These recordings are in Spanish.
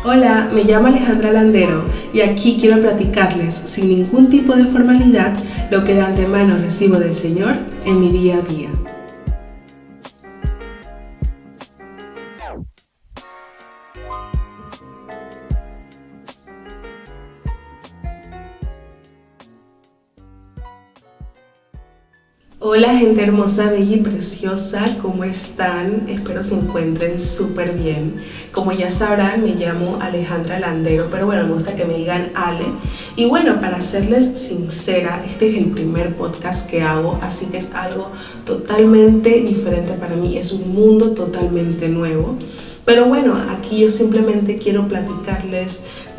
Hola, me llamo Alejandra Landero y aquí quiero platicarles sin ningún tipo de formalidad lo que de antemano recibo del Señor en mi día a día. Hola gente hermosa, bella y preciosa, ¿cómo están? Espero se encuentren súper bien. Como ya sabrán, me llamo Alejandra Landero, pero bueno, me gusta que me digan Ale. Y bueno, para serles sincera, este es el primer podcast que hago, así que es algo totalmente diferente para mí, es un mundo totalmente nuevo. Pero bueno, aquí yo simplemente quiero platicarles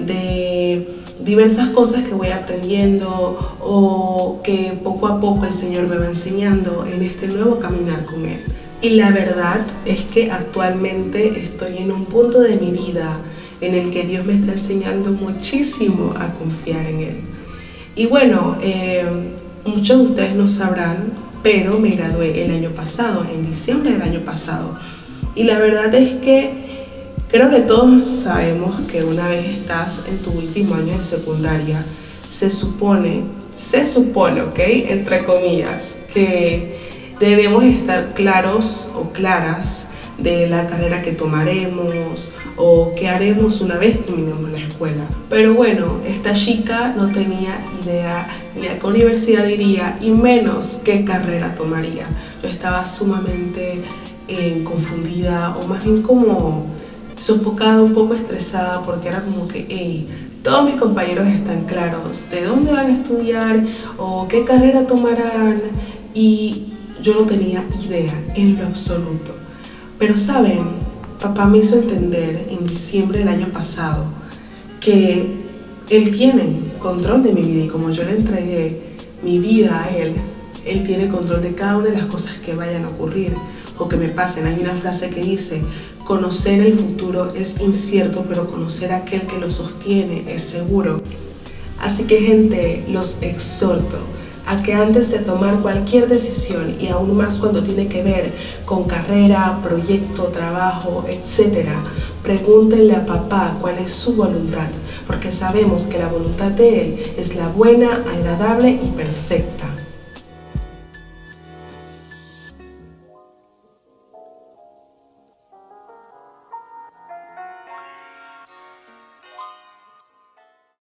de diversas cosas que voy aprendiendo o que poco a poco el Señor me va enseñando en este nuevo caminar con Él. Y la verdad es que actualmente estoy en un punto de mi vida en el que Dios me está enseñando muchísimo a confiar en Él. Y bueno, muchos de ustedes no sabrán, pero me gradué el año pasado, en diciembre del año pasado. Y la verdad es que creo que todos sabemos que una vez estás en tu último año de secundaria, se supone, ¿ok? Entre comillas, que debemos estar claros o claras de la carrera que tomaremos o qué haremos una vez terminemos la escuela. Pero bueno, esta chica no tenía idea ni a qué universidad iría y menos qué carrera tomaría. Yo estaba sumamente confundida o más bien como sofocada, un poco estresada porque era como que, hey, todos mis compañeros están claros de dónde van a estudiar o qué carrera tomarán y yo no tenía idea en lo absoluto. Pero saben, papá me hizo entender en diciembre del año pasado que él tiene control de mi vida y como yo le entregué mi vida a él tiene control de cada una de las cosas que vayan a ocurrir o que me pasen. Hay una frase que dice: conocer el futuro es incierto, pero conocer a aquel que lo sostiene es seguro. Así que gente, los exhorto a que antes de tomar cualquier decisión y aún más cuando tiene que ver con carrera, proyecto, trabajo, etc., pregúntenle a papá cuál es su voluntad, porque sabemos que la voluntad de él es la buena, agradable y perfecta.